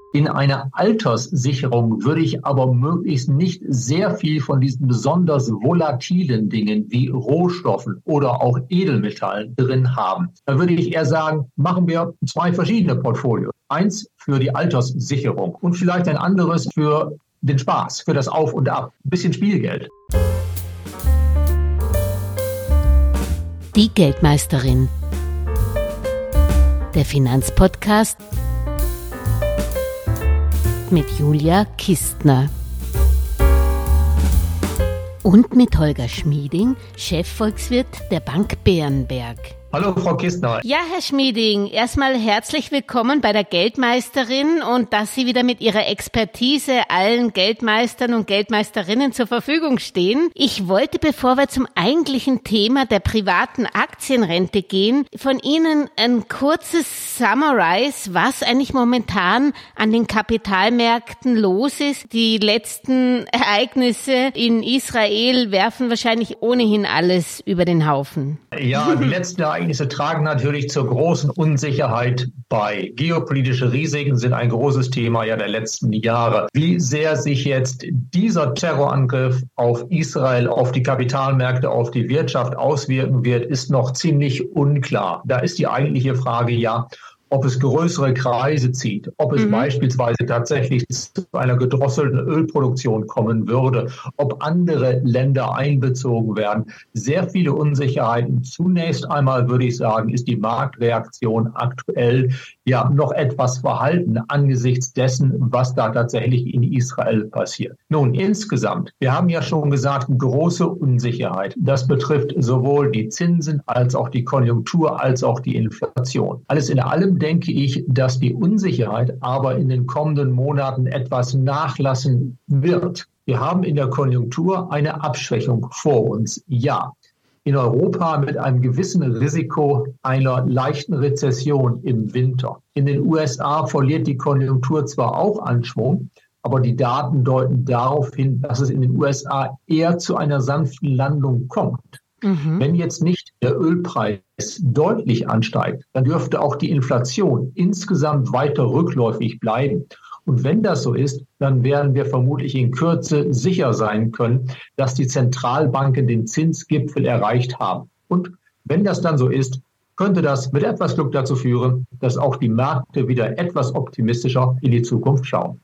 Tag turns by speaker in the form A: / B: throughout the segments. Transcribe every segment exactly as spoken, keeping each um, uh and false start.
A: In einer Alterssicherung würde ich aber möglichst nicht sehr viel von diesen besonders volatilen Dingen wie Rohstoffen oder auch Edelmetallen drin haben. Da würde ich eher sagen, machen wir zwei verschiedene Portfolios. Eins für die Alterssicherung und vielleicht ein anderes für den Spaß, für das Auf und Ab. Ein bisschen Spielgeld.
B: Die Geldmeisterin. Der Finanzpodcast mit Julia Kistner und mit Holger Schmieding, Chefvolkswirt der Bank Bärenberg.
A: Hallo Frau Kistner.
B: Ja, Herr Schmieding, erstmal herzlich willkommen bei der Geldmeisterin und dass Sie wieder mit Ihrer Expertise allen Geldmeistern und Geldmeisterinnen zur Verfügung stehen. Ich wollte, bevor wir zum eigentlichen Thema der privaten Aktienrente gehen, von Ihnen ein kurzes Summarize, was eigentlich momentan an den Kapitalmärkten los ist. Die letzten Ereignisse in Israel werfen wahrscheinlich ohnehin alles über den Haufen.
A: Ja, die letzten Ereignisse Ereignisse tragen natürlich zur großen Unsicherheit bei. Geopolitische Risiken sind ein großes Thema ja der letzten Jahre. Wie sehr sich jetzt dieser Terrorangriff auf Israel, auf die Kapitalmärkte, auf die Wirtschaft auswirken wird, ist noch ziemlich unklar. Da ist die eigentliche Frage ja, ob es größere Kreise zieht, ob es mhm. beispielsweise tatsächlich zu einer gedrosselten Ölproduktion kommen würde, ob andere Länder einbezogen werden. Sehr viele Unsicherheiten. Zunächst einmal würde ich sagen, ist die Marktreaktion aktuell ja noch etwas verhalten angesichts dessen, was da tatsächlich in Israel passiert. Nun, insgesamt, wir haben ja schon gesagt, große Unsicherheit. Das betrifft sowohl die Zinsen als auch die Konjunktur als auch die Inflation. Alles in allem denke ich, dass die Unsicherheit aber in den kommenden Monaten etwas nachlassen wird. Wir haben in der Konjunktur eine Abschwächung vor uns, ja. In Europa mit einem gewissen Risiko einer leichten Rezession im Winter. In den U S A verliert die Konjunktur zwar auch Anschwung, aber die Daten deuten darauf hin, dass es in den U S A eher zu einer sanften Landung kommt. Mhm. Wenn jetzt nicht der Ölpreis deutlich ansteigt, dann dürfte auch die Inflation insgesamt weiter rückläufig bleiben. Und wenn das so ist, dann werden wir vermutlich in Kürze sicher sein können, dass die Zentralbanken den Zinsgipfel erreicht haben. Und wenn das dann so ist, könnte das mit etwas Glück dazu führen, dass auch die Märkte wieder etwas optimistischer in die Zukunft schauen.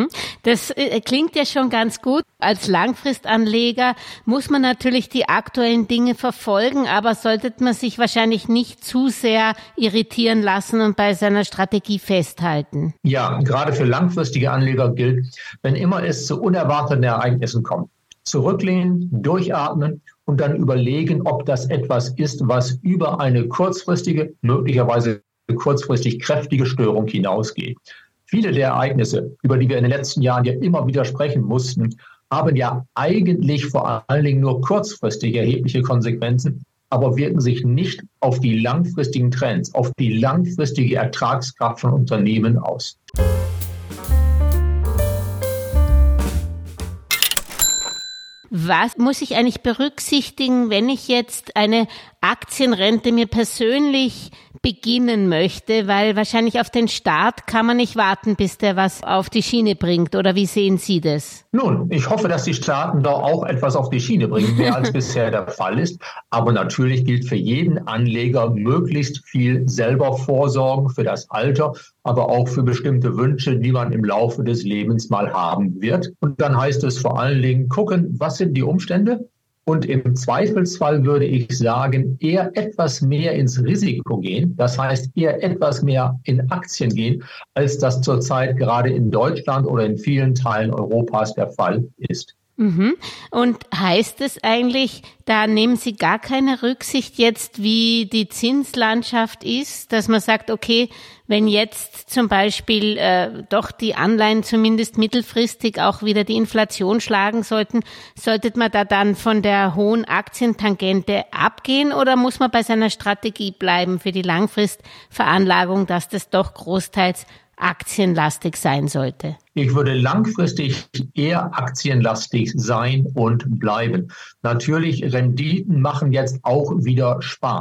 B: Das klingt ja schon ganz gut. Als Langfristanleger muss man natürlich die aktuellen Dinge verfolgen, aber sollte man sich wahrscheinlich nicht zu sehr irritieren lassen und bei seiner Strategie festhalten.
A: Ja, gerade für langfristige Anleger gilt, wenn immer es zu unerwarteten Ereignissen kommt, zurücklehnen, durchatmen und dann überlegen, ob das etwas ist, was über eine kurzfristige, möglicherweise kurzfristig kräftige Störung hinausgeht. Viele der Ereignisse, über die wir in den letzten Jahren ja immer wieder sprechen mussten, haben ja eigentlich vor allen Dingen nur kurzfristig erhebliche Konsequenzen, aber wirken sich nicht auf die langfristigen Trends, auf die langfristige Ertragskraft von Unternehmen aus.
B: Was muss ich eigentlich berücksichtigen, wenn ich jetzt eine Aktienrente mir persönlich beginnen möchte? Weil wahrscheinlich auf den Start kann man nicht warten, bis der was auf die Schiene bringt. Oder wie sehen Sie das?
A: Nun, ich hoffe, dass die Staaten da auch etwas auf die Schiene bringen, mehr als bisher der Fall ist. Aber natürlich gilt für jeden Anleger möglichst viel selber vorsorgen für das Alter, aber auch für bestimmte Wünsche, die man im Laufe des Lebens mal haben wird. Und dann heißt es vor allen Dingen gucken, was sind die Umstände? Und im Zweifelsfall würde ich sagen, eher etwas mehr ins Risiko gehen. Das heißt, eher etwas mehr in Aktien gehen, als das zurzeit gerade in Deutschland oder in vielen Teilen Europas der Fall ist.
B: Mhm. Und heißt es eigentlich, da nehmen Sie gar keine Rücksicht jetzt, wie die Zinslandschaft ist, dass man sagt, okay, wenn jetzt zum Beispiel äh, doch die Anleihen zumindest mittelfristig auch wieder die Inflation schlagen sollten, sollte man da dann von der hohen Aktientangente abgehen oder muss man bei seiner Strategie bleiben für die Langfristveranlagung, dass das doch großteils aktienlastig sein sollte?
A: Ich würde langfristig eher aktienlastig sein und bleiben. Natürlich, Renditen machen jetzt auch wieder Spaß.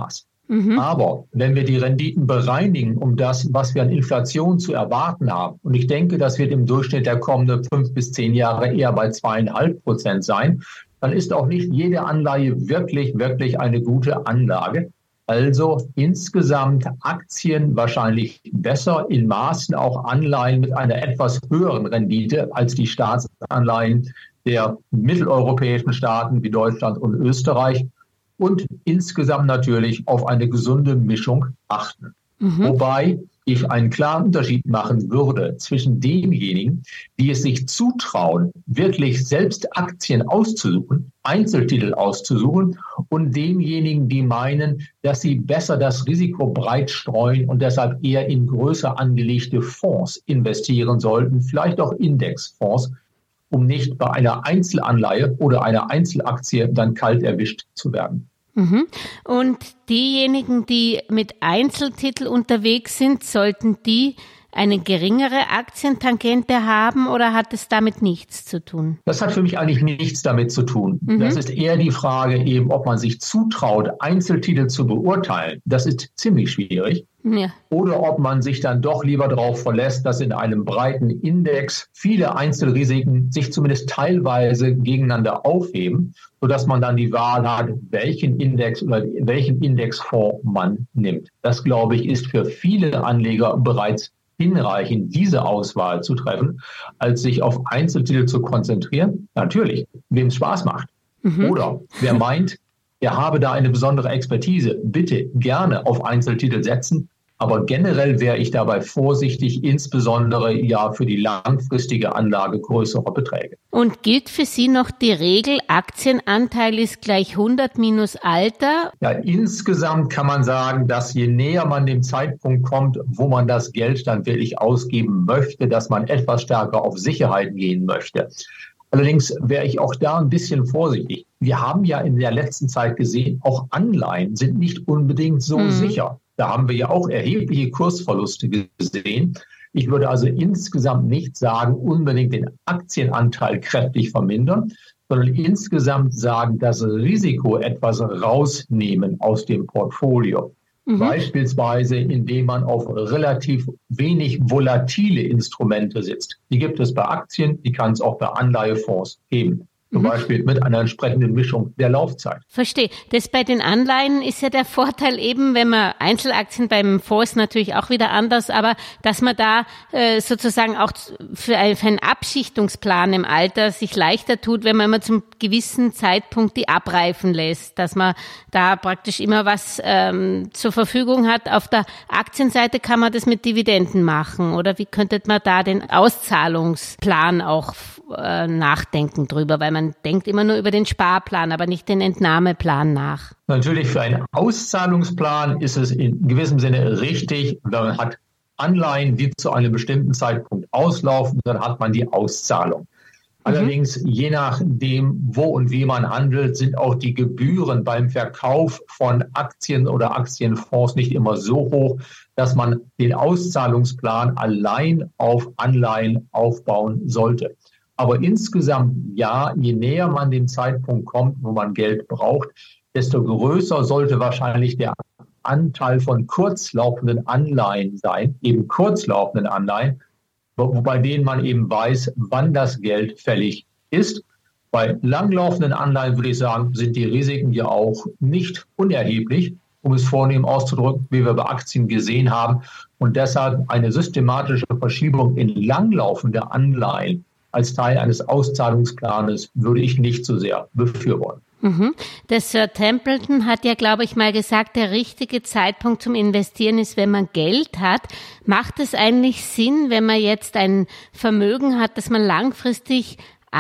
A: Mhm. Aber wenn wir die Renditen bereinigen um das, was wir an Inflation zu erwarten haben, und ich denke, das wird im Durchschnitt der kommenden fünf bis zehn Jahre eher bei zweieinhalb Prozent sein, dann ist auch nicht jede Anleihe wirklich, wirklich eine gute Anlage. Also insgesamt Aktien wahrscheinlich besser, in Maßen auch Anleihen mit einer etwas höheren Rendite als die Staatsanleihen der mitteleuropäischen Staaten wie Deutschland und Österreich. Und insgesamt natürlich auf eine gesunde Mischung achten. Mhm. Wobei ich einen klaren Unterschied machen würde zwischen denjenigen, die es sich zutrauen, wirklich selbst Aktien auszusuchen, Einzeltitel auszusuchen, und denjenigen, die meinen, dass sie besser das Risiko breit streuen und deshalb eher in größer angelegte Fonds investieren sollten, vielleicht auch Indexfonds, um nicht bei einer Einzelanleihe oder einer Einzelaktie dann kalt erwischt zu werden.
B: Mhm. Und diejenigen, die mit Einzeltitel unterwegs sind, sollten die eine geringere Aktientangente haben oder hat es damit nichts zu tun?
A: Das hat für mich eigentlich nichts damit zu tun. Mhm. Das ist eher die Frage eben, ob man sich zutraut, Einzeltitel zu beurteilen. Das ist ziemlich schwierig. Ja. Oder ob man sich dann doch lieber darauf verlässt, dass in einem breiten Index viele Einzelrisiken sich zumindest teilweise gegeneinander aufheben, sodass man dann die Wahl hat, welchen Index oder welchen Indexfonds man nimmt. Das, glaube ich, ist für viele Anleger bereits hinreichend, diese Auswahl zu treffen, als sich auf Einzeltitel zu konzentrieren. Natürlich, wem es Spaß macht. Mhm. Oder wer meint, er habe da eine besondere Expertise, bitte gerne auf Einzeltitel setzen. Aber generell wäre ich dabei vorsichtig, insbesondere ja für die langfristige Anlage größerer Beträge.
B: Und gilt für Sie noch die Regel, Aktienanteil ist gleich hundert minus Alter?
A: Ja, insgesamt kann man sagen, dass je näher man dem Zeitpunkt kommt, wo man das Geld dann wirklich ausgeben möchte, dass man etwas stärker auf Sicherheit gehen möchte. Allerdings wäre ich auch da ein bisschen vorsichtig. Wir haben ja in der letzten Zeit gesehen, auch Anleihen sind nicht unbedingt so hm. sicher. Da haben wir ja auch erhebliche Kursverluste gesehen. Ich würde also insgesamt nicht sagen, unbedingt den Aktienanteil kräftig vermindern, sondern insgesamt sagen, das Risiko etwas rausnehmen aus dem Portfolio. Mhm. Beispielsweise, indem man auf relativ wenig volatile Instrumente sitzt. Die gibt es bei Aktien, die kann es auch bei Anleihefonds geben. Zum Beispiel mit einer entsprechenden Mischung der Laufzeit.
B: Verstehe. Das bei den Anleihen ist ja der Vorteil eben, wenn man Einzelaktien beim Fonds natürlich auch wieder anders, aber dass man da äh, sozusagen auch für, ein, für einen Abschichtungsplan im Alter sich leichter tut, wenn man immer zum gewissen Zeitpunkt die abreifen lässt, dass man da praktisch immer was ähm, zur Verfügung hat. Auf der Aktienseite kann man das mit Dividenden machen, oder wie könnte man da den Auszahlungsplan auch äh, nachdenken drüber, weil man Man denkt immer nur über den Sparplan, aber nicht den Entnahmeplan nach.
A: Natürlich, für einen Auszahlungsplan ist es in gewissem Sinne richtig, wenn man hat Anleihen, die zu einem bestimmten Zeitpunkt auslaufen, dann hat man die Auszahlung. Mhm. Allerdings, je nachdem, wo und wie man handelt, sind auch die Gebühren beim Verkauf von Aktien oder Aktienfonds nicht immer so hoch, dass man den Auszahlungsplan allein auf Anleihen aufbauen sollte. Aber insgesamt, ja, je näher man dem Zeitpunkt kommt, wo man Geld braucht, desto größer sollte wahrscheinlich der Anteil von kurzlaufenden Anleihen sein, eben kurzlaufenden Anleihen, bei denen man eben weiß, wann das Geld fällig ist. Bei langlaufenden Anleihen, würde ich sagen, sind die Risiken ja auch nicht unerheblich, um es vornehm auszudrücken, wie wir bei Aktien gesehen haben. Und deshalb eine systematische Verschiebung in langlaufende Anleihen als Teil eines Auszahlungsplanes würde ich nicht so sehr befürworten.
B: Mhm. Der Sir Templeton hat ja, glaube ich, mal gesagt, der richtige Zeitpunkt zum Investieren ist, wenn man Geld hat. Macht es eigentlich Sinn, wenn man jetzt ein Vermögen hat, das man langfristig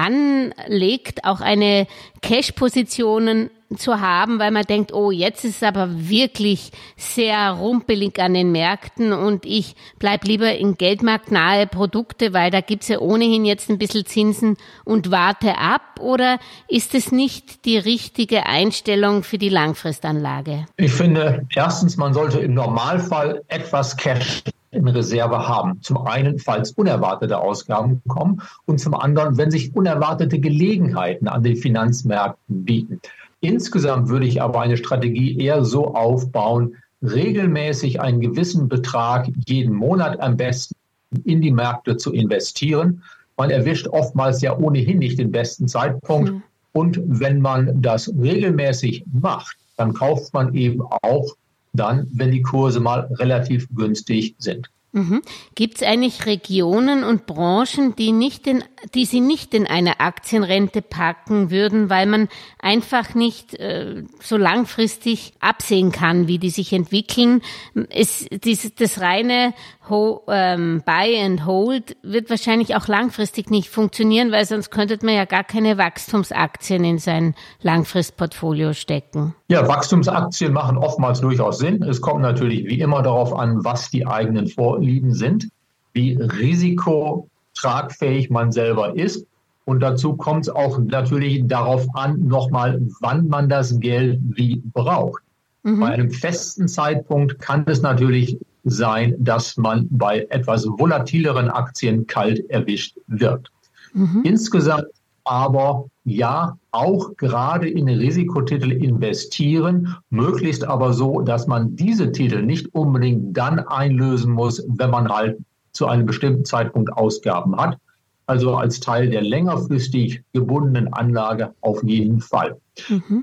B: anlegt, auch eine Cash-Positionen zu haben, weil man denkt, oh, jetzt ist es aber wirklich sehr rumpelig an den Märkten und ich bleib lieber in geldmarktnahe Produkte, weil da gibt's ja ohnehin jetzt ein bisschen Zinsen und warte ab, oder ist es nicht die richtige Einstellung für die Langfristanlage?
A: Ich finde, erstens, man sollte im Normalfall etwas Cash in Reserve haben. Zum einen, falls unerwartete Ausgaben kommen und zum anderen, wenn sich unerwartete Gelegenheiten an den Finanzmärkten bieten. Insgesamt würde ich aber eine Strategie eher so aufbauen, regelmäßig einen gewissen Betrag jeden Monat am besten in die Märkte zu investieren. Man erwischt oftmals ja ohnehin nicht den besten Zeitpunkt. Mhm. Und wenn man das regelmäßig macht, dann kauft man eben auch dann, wenn die Kurse mal relativ günstig sind.
B: Mhm. Gibt es eigentlich Regionen und Branchen, die nicht in, die Sie nicht in eine Aktienrente packen würden, weil man einfach nicht äh, so langfristig absehen kann, wie die sich entwickeln? Es, dies, das reine Ho, ähm, Buy and Hold wird wahrscheinlich auch langfristig nicht funktionieren, weil sonst könnte man ja gar keine Wachstumsaktien in sein Langfristportfolio stecken.
A: Ja, Wachstumsaktien machen oftmals durchaus Sinn. Es kommt natürlich wie immer darauf an, was die eigenen Vorlieben sind, wie risikotragfähig man selber ist. Und dazu kommt es auch natürlich darauf an, nochmal, wann man das Geld wie braucht. Mhm. Bei einem festen Zeitpunkt kann es natürlich sein, dass man bei etwas volatileren Aktien kalt erwischt wird. Mhm. Insgesamt aber ja, auch gerade in Risikotitel investieren, möglichst aber so, dass man diese Titel nicht unbedingt dann einlösen muss, wenn man halt zu einem bestimmten Zeitpunkt Ausgaben hat. Also als Teil der längerfristig gebundenen Anlage auf jeden Fall. Mhm.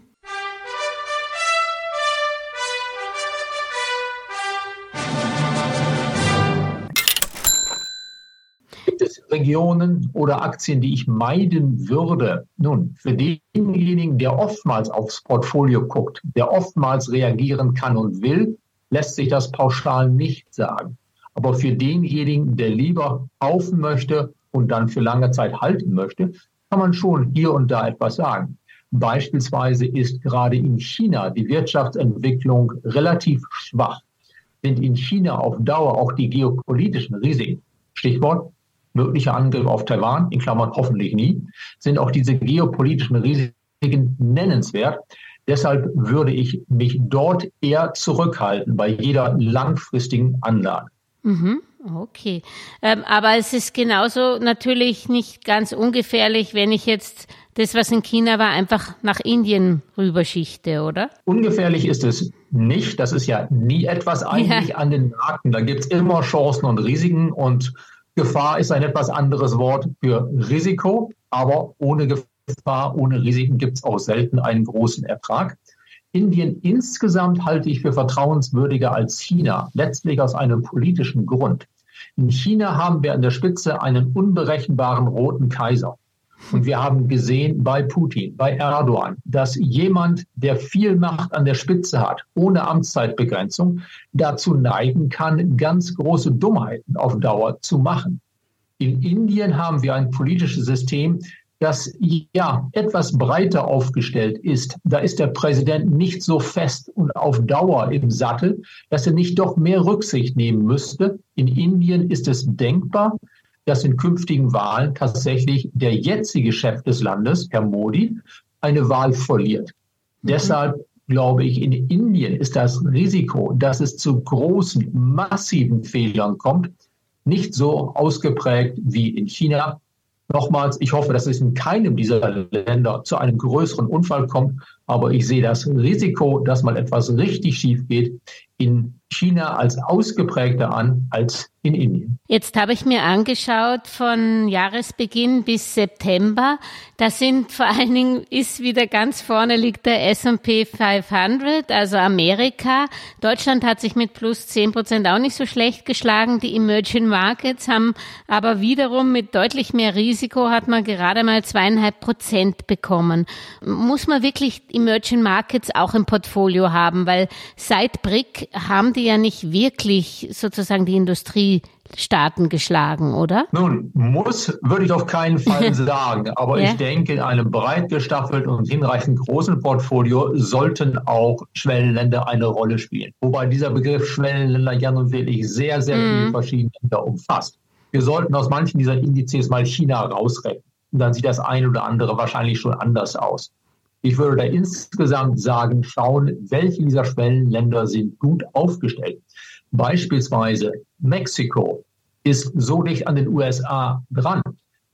A: Gibt es Regionen oder Aktien, die ich meiden würde? Nun, für denjenigen, der oftmals aufs Portfolio guckt, der oftmals reagieren kann und will, lässt sich das pauschal nicht sagen. Aber für denjenigen, der lieber kaufen möchte und dann für lange Zeit halten möchte, kann man schon hier und da etwas sagen. Beispielsweise ist gerade in China die Wirtschaftsentwicklung relativ schwach. Sind in China auf Dauer auch die geopolitischen Risiken, Stichwort möglicher Angriff auf Taiwan, in Klammern hoffentlich nie, sind auch diese geopolitischen Risiken nennenswert. Deshalb würde ich mich dort eher zurückhalten bei jeder langfristigen Anlage.
B: Mhm, okay. Ähm, aber es ist genauso natürlich nicht ganz ungefährlich, wenn ich jetzt das, was in China war, einfach nach Indien rüberschichte, oder?
A: Ungefährlich ist es nicht. Das ist ja nie etwas eigentlich ja. an den Märkten. Da gibt es immer Chancen und Risiken, und Gefahr ist ein etwas anderes Wort für Risiko, aber ohne Gefahr, ohne Risiken gibt es auch selten einen großen Ertrag. Indien insgesamt halte ich für vertrauenswürdiger als China, letztlich aus einem politischen Grund. In China haben wir an der Spitze einen unberechenbaren roten Kaiser. Und wir haben gesehen bei Putin, bei Erdogan, dass jemand, der viel Macht an der Spitze hat, ohne Amtszeitbegrenzung, dazu neigen kann, ganz große Dummheiten auf Dauer zu machen. In Indien haben wir ein politisches System, das ja etwas breiter aufgestellt ist. Da ist der Präsident nicht so fest und auf Dauer im Sattel, dass er nicht doch mehr Rücksicht nehmen müsste. In Indien ist es denkbar, dass in künftigen Wahlen tatsächlich der jetzige Chef des Landes, Herr Modi, eine Wahl verliert. Mhm. Deshalb glaube ich, in Indien ist das Risiko, dass es zu großen, massiven Fehlern kommt, nicht so ausgeprägt wie in China. Nochmals, ich hoffe, dass es in keinem dieser Länder zu einem größeren Unfall kommt, aber ich sehe das Risiko, dass mal etwas richtig schief geht, in China als ausgeprägter an als in Indien.
B: Jetzt habe ich mir angeschaut, von Jahresbeginn bis September, da sind vor allen Dingen, ist wieder ganz vorne liegt der S und P fünfhundert, also Amerika. Deutschland hat sich mit plus zehn Prozent auch nicht so schlecht geschlagen. Die Emerging Markets haben aber wiederum mit deutlich mehr Risiko, hat man gerade mal zweieinhalb Prozent bekommen. Muss man wirklich Emerging Markets auch im Portfolio haben, weil seit B R I C haben die ja nicht wirklich sozusagen die Industriestaaten geschlagen, oder?
A: Nun, muss, würde ich auf keinen Fall sagen. Aber ja. ich denke, in einem breit gestaffelten und hinreichend großen Portfolio sollten auch Schwellenländer eine Rolle spielen. Wobei dieser Begriff Schwellenländer ja nun wirklich sehr, sehr mm. viele verschiedene Länder umfasst. Wir sollten aus manchen dieser Indizes mal China rausrechnen. Und dann sieht das eine oder andere wahrscheinlich schon anders aus. Ich würde da insgesamt sagen, schauen, welche dieser Schwellenländer sind gut aufgestellt. Beispielsweise Mexiko ist so dicht an den U S A dran,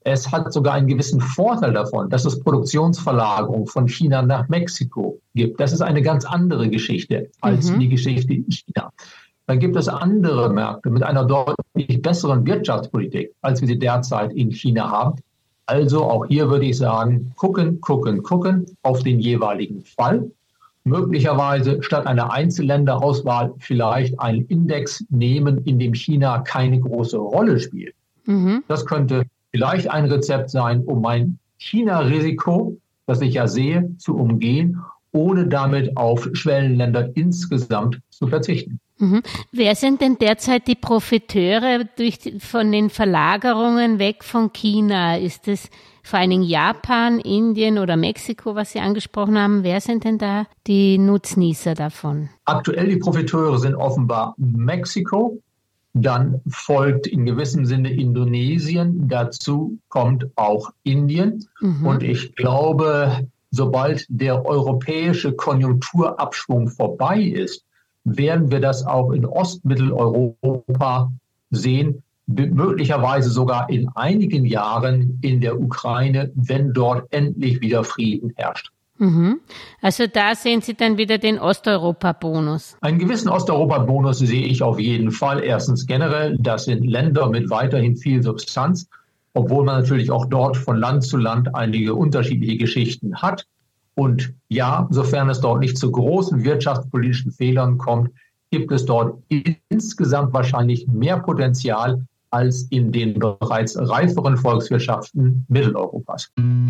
A: Es hat sogar einen gewissen Vorteil davon, dass es Produktionsverlagerung von China nach Mexiko gibt. Das ist eine ganz andere Geschichte als mhm. die Geschichte in China. Dann gibt es andere Märkte mit einer deutlich besseren Wirtschaftspolitik, als wir sie derzeit in China haben. Also auch hier würde ich sagen, gucken, gucken, gucken auf den jeweiligen Fall. Möglicherweise statt einer Einzelländerauswahl vielleicht einen Index nehmen, in dem China keine große Rolle spielt. Mhm. Das könnte vielleicht ein Rezept sein, um mein China-Risiko, das ich ja sehe, zu umgehen, ohne damit auf Schwellenländer insgesamt zu verzichten.
B: Mhm. Wer sind denn derzeit die Profiteure durch die, von den Verlagerungen weg von China? Ist es vor allen Dingen Japan, Indien oder Mexiko, was Sie angesprochen haben? Wer sind denn da die Nutznießer davon?
A: Aktuell die Profiteure sind offenbar Mexiko. Dann folgt in gewissem Sinne Indonesien. Dazu kommt auch Indien. Mhm. Und ich glaube, sobald der europäische Konjunkturabschwung vorbei ist, werden wir das auch in Ostmitteleuropa sehen, möglicherweise sogar in einigen Jahren in der Ukraine, wenn dort endlich wieder Frieden herrscht.
B: Mhm. Also da sehen Sie dann wieder den Osteuropa-Bonus.
A: Einen gewissen Osteuropa-Bonus sehe ich auf jeden Fall. Erstens generell, das sind Länder mit weiterhin viel Substanz, obwohl man natürlich auch dort von Land zu Land einige unterschiedliche Geschichten hat. Und ja, sofern es dort nicht zu großen wirtschaftspolitischen Fehlern kommt, gibt es dort insgesamt wahrscheinlich mehr Potenzial als in den bereits reiferen Volkswirtschaften Mitteleuropas.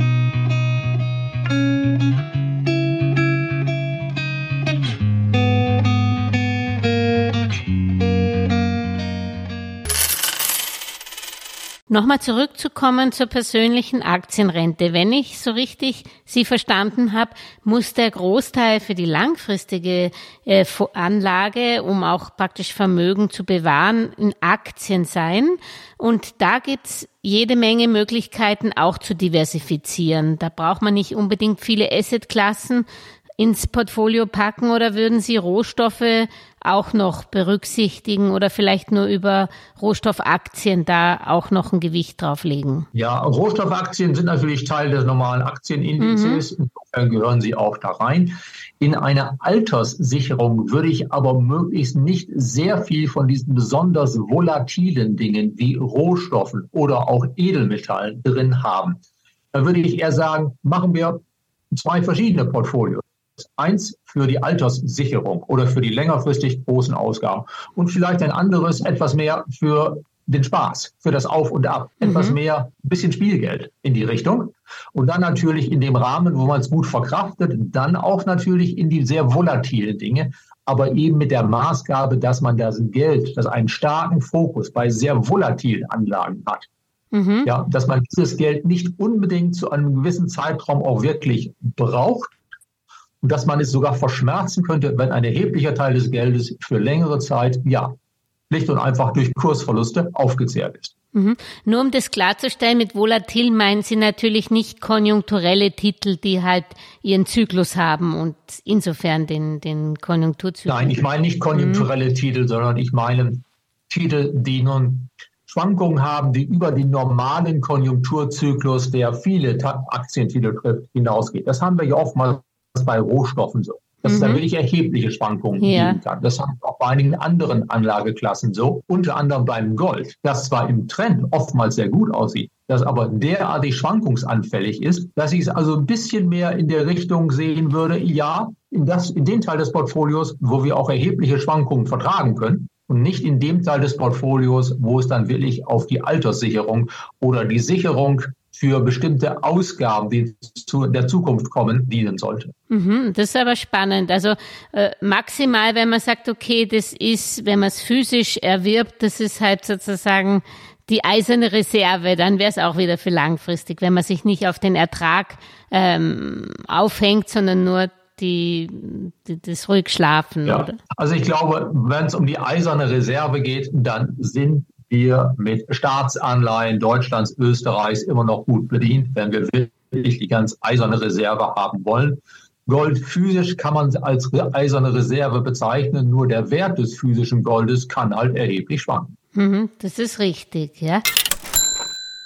B: Nochmal zurückzukommen zur persönlichen Aktienrente. Wenn ich so richtig Sie verstanden habe, muss der Großteil für die langfristige äh, Anlage, um auch praktisch Vermögen zu bewahren, in Aktien sein. Und da gibt's jede Menge Möglichkeiten auch zu diversifizieren. Da braucht man nicht unbedingt viele Assetklassen ins Portfolio packen, oder würden Sie Rohstoffe auch noch berücksichtigen oder vielleicht nur über Rohstoffaktien da auch noch ein Gewicht drauflegen?
A: Ja, Rohstoffaktien sind natürlich Teil des normalen Aktienindizes. Mhm. Insofern gehören sie auch da rein. In einer Alterssicherung würde ich aber möglichst nicht sehr viel von diesen besonders volatilen Dingen wie Rohstoffen oder auch Edelmetallen drin haben. Da würde ich eher sagen, machen wir zwei verschiedene Portfolios. Eins für die Alterssicherung oder für die längerfristig großen Ausgaben und vielleicht ein anderes etwas mehr für den Spaß, für das Auf und Ab, mhm. etwas mehr, ein bisschen Spielgeld in die Richtung. Und dann natürlich in dem Rahmen, wo man es gut verkraftet, dann auch natürlich in die sehr volatilen Dinge, aber eben mit der Maßgabe, dass man das Geld, das einen starken Fokus bei sehr volatilen Anlagen hat. Mhm. Ja, dass man dieses Geld nicht unbedingt zu einem gewissen Zeitraum auch wirklich braucht. Und dass man es sogar verschmerzen könnte, wenn ein erheblicher Teil des Geldes für längere Zeit, ja, schlicht und einfach durch Kursverluste aufgezehrt ist.
B: Mhm. Nur um das klarzustellen, mit volatil meinen Sie natürlich nicht konjunkturelle Titel, die halt ihren Zyklus haben und insofern den, den Konjunkturzyklus.
A: Nein, ich meine nicht konjunkturelle mhm. Titel, sondern ich meine Titel, die nun Schwankungen haben, die über den normalen Konjunkturzyklus, der viele Aktientitel trifft, hinausgeht. Das haben wir ja oftmals bei Rohstoffen so, dass mhm. es da wirklich erhebliche Schwankungen ja. geben kann. Das haben wir auch bei einigen anderen Anlageklassen so, unter anderem beim Gold, das zwar im Trend oftmals sehr gut aussieht, das aber derartig schwankungsanfällig ist, dass ich es also ein bisschen mehr in der Richtung sehen würde, ja, in, das, in den Teil des Portfolios, wo wir auch erhebliche Schwankungen vertragen können, und nicht in dem Teil des Portfolios, wo es dann wirklich auf die Alterssicherung oder die Sicherung für bestimmte Ausgaben, die zu der Zukunft kommen, dienen sollte.
B: Mhm, das ist aber spannend. Also äh, maximal, wenn man sagt, okay, das ist, wenn man es physisch erwirbt, das ist halt sozusagen die eiserne Reserve, dann wäre es auch wieder für langfristig, wenn man sich nicht auf den Ertrag ähm, aufhängt, sondern nur Die, die, das ruhig schlafen.
A: Ja.
B: Oder?
A: Also ich glaube, wenn es um die eiserne Reserve geht, dann sind wir mit Staatsanleihen Deutschlands, Österreichs immer noch gut bedient, wenn wir wirklich die ganz eiserne Reserve haben wollen. Gold physisch kann man als eiserne Reserve bezeichnen, nur der Wert des physischen Goldes kann halt erheblich schwanken.
B: Mhm, das ist richtig, ja.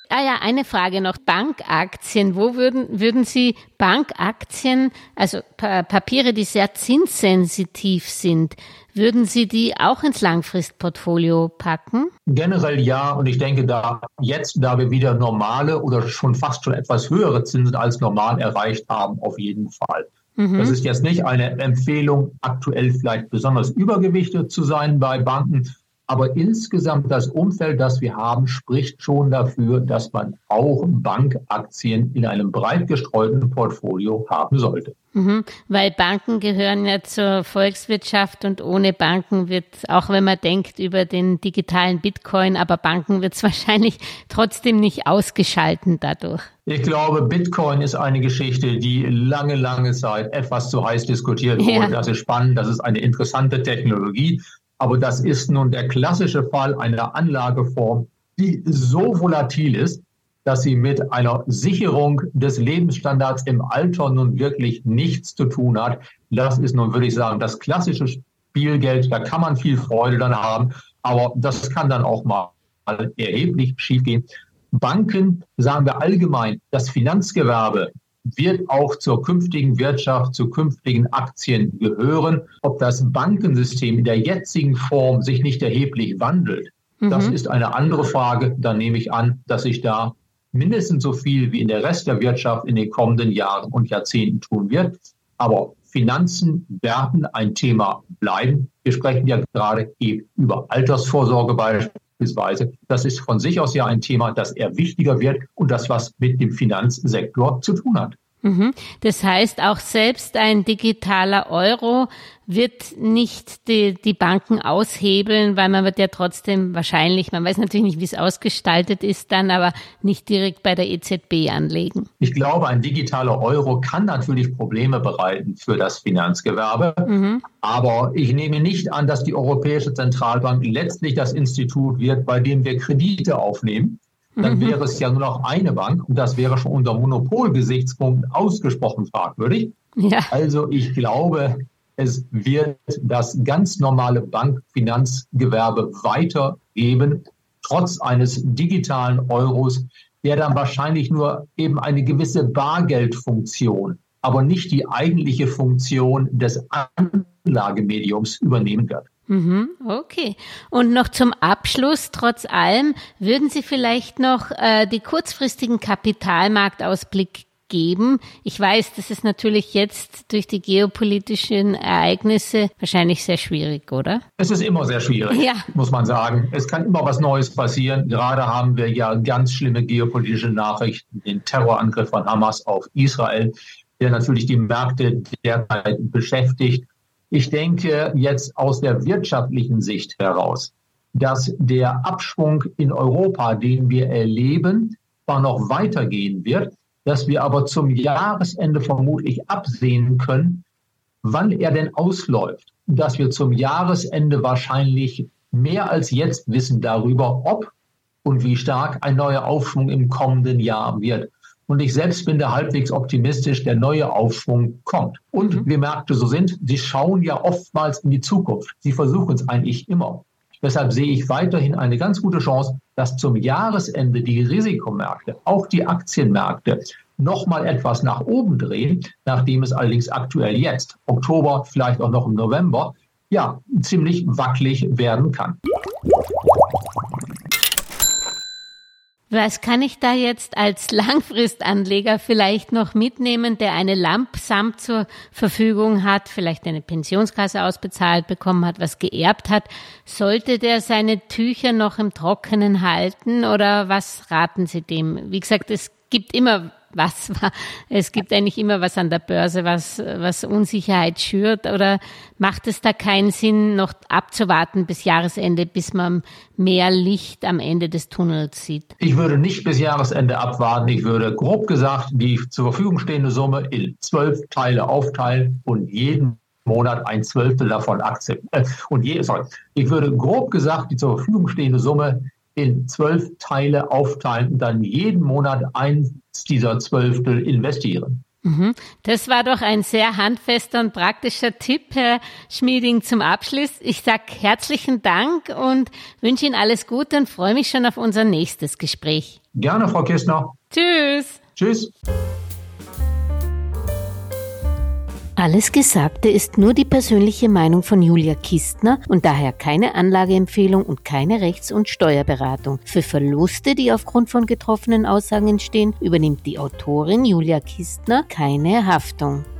B: Ah ja, eine Frage noch. Bankaktien. Wo würden, würden Sie Bankaktien, also pa- Papiere, die sehr zinssensitiv sind, würden Sie die auch ins Langfristportfolio packen?
A: Generell ja. Und ich denke, da jetzt, da wir wieder normale oder schon fast schon etwas höhere Zinsen als normal erreicht haben, auf jeden Fall. Mhm. Das ist jetzt nicht eine Empfehlung, aktuell vielleicht besonders übergewichtet zu sein bei Banken. Aber insgesamt das Umfeld, das wir haben, spricht schon dafür, dass man auch Bankaktien in einem breit gestreuten Portfolio haben sollte.
B: Mhm, weil Banken gehören ja zur Volkswirtschaft und ohne Banken wird, auch wenn man denkt über den digitalen Bitcoin, aber Banken wird es wahrscheinlich trotzdem nicht ausgeschalten dadurch.
A: Ich glaube, Bitcoin ist eine Geschichte, die lange, lange Zeit etwas zu heiß diskutiert wurde. Ja. Das ist spannend, das ist eine interessante Technologie. Aber das ist nun der klassische Fall einer Anlageform, die so volatil ist, dass sie mit einer Sicherung des Lebensstandards im Alter nun wirklich nichts zu tun hat. Das ist nun, würde ich sagen, das klassische Spielgeld. Da kann man viel Freude dann haben, aber das kann dann auch mal erheblich schiefgehen. Banken, sagen wir allgemein, das Finanzgewerbe wird auch zur künftigen Wirtschaft, zu künftigen Aktien gehören. Ob das Bankensystem in der jetzigen Form sich nicht erheblich wandelt, mhm. das ist eine andere Frage. Da nehme ich an, dass sich da mindestens so viel wie in der Rest der Wirtschaft in den kommenden Jahren und Jahrzehnten tun wird. Aber Finanzen werden ein Thema bleiben. Wir sprechen ja gerade eben über Altersvorsorge beispielsweise. Das ist von sich aus ja ein Thema, das eher wichtiger wird und das was mit dem Finanzsektor zu tun hat.
B: Das heißt, auch selbst ein digitaler Euro wird nicht die, die Banken aushebeln, weil man wird ja trotzdem wahrscheinlich, man weiß natürlich nicht, wie es ausgestaltet ist dann, aber nicht direkt bei der E Z B anlegen.
A: Ich glaube, ein digitaler Euro kann natürlich Probleme bereiten für das Finanzgewerbe, mhm. aber ich nehme nicht an, dass die Europäische Zentralbank letztlich das Institut wird, bei dem wir Kredite aufnehmen. Dann wäre es ja nur noch eine Bank und das wäre schon unter Monopolgesichtspunkt ausgesprochen fragwürdig. Ja. Also ich glaube, es wird das ganz normale Bankfinanzgewerbe weitergeben, trotz eines digitalen Euros, der dann wahrscheinlich nur eben eine gewisse Bargeldfunktion, aber nicht die eigentliche Funktion des Anlagemediums übernehmen wird.
B: Okay. Und noch zum Abschluss, trotz allem, würden Sie vielleicht noch äh, die kurzfristigen Kapitalmarktausblick geben? Ich weiß, das ist natürlich jetzt durch die geopolitischen Ereignisse wahrscheinlich sehr schwierig, oder?
A: Es ist immer sehr schwierig, ja. muss man sagen. Es kann immer was Neues passieren. Gerade haben wir ja ganz schlimme geopolitische Nachrichten, den Terrorangriff von Hamas auf Israel, der natürlich die Märkte derzeit beschäftigt. Ich denke jetzt aus der wirtschaftlichen Sicht heraus, dass der Abschwung in Europa, den wir erleben, zwar noch weitergehen wird, dass wir aber zum Jahresende vermutlich absehen können, wann er denn ausläuft. Dass wir zum Jahresende wahrscheinlich mehr als jetzt wissen darüber, ob und wie stark ein neuer Aufschwung im kommenden Jahr wird. Und ich selbst bin da halbwegs optimistisch, der neue Aufschwung kommt. Und mhm. wie Märkte so sind, sie schauen ja oftmals in die Zukunft. Sie versuchen es eigentlich immer. Deshalb sehe ich weiterhin eine ganz gute Chance, dass zum Jahresende die Risikomärkte, auch die Aktienmärkte, nochmal etwas nach oben drehen, nachdem es allerdings aktuell jetzt, Oktober, vielleicht auch noch im November, ja, ziemlich wackelig werden kann.
B: Was kann ich da jetzt als Langfristanleger vielleicht noch mitnehmen, der eine Lump-Sum zur Verfügung hat, vielleicht eine Pensionskasse ausbezahlt bekommen hat, was geerbt hat? Sollte der seine Tücher noch im Trockenen halten oder was raten Sie dem? Wie gesagt, es gibt immer was, es gibt eigentlich immer was an der Börse, was, was Unsicherheit schürt, oder macht es da keinen Sinn, noch abzuwarten bis Jahresende, bis man mehr Licht am Ende des Tunnels sieht?
A: Ich würde nicht bis Jahresende abwarten. Ich würde grob gesagt die zur Verfügung stehende Summe in zwölf Teile aufteilen und jeden Monat ein Zwölftel davon akzeptieren. Äh, und je, sorry, ich würde grob gesagt die zur Verfügung stehende Summe in zwölf Teile aufteilen und dann jeden Monat eins dieser Zwölftel investieren.
B: Das war doch ein sehr handfester und praktischer Tipp, Herr Schmieding, zum Abschluss. Ich sage herzlichen Dank und wünsche Ihnen alles Gute und freue mich schon auf unser nächstes Gespräch.
A: Gerne, Frau Kistner.
B: Tschüss.
A: Tschüss.
B: Alles Gesagte ist nur die persönliche Meinung von Julia Kistner und daher keine Anlageempfehlung und keine Rechts- und Steuerberatung. Für Verluste, die aufgrund von getroffenen Aussagen entstehen, übernimmt die Autorin Julia Kistner keine Haftung.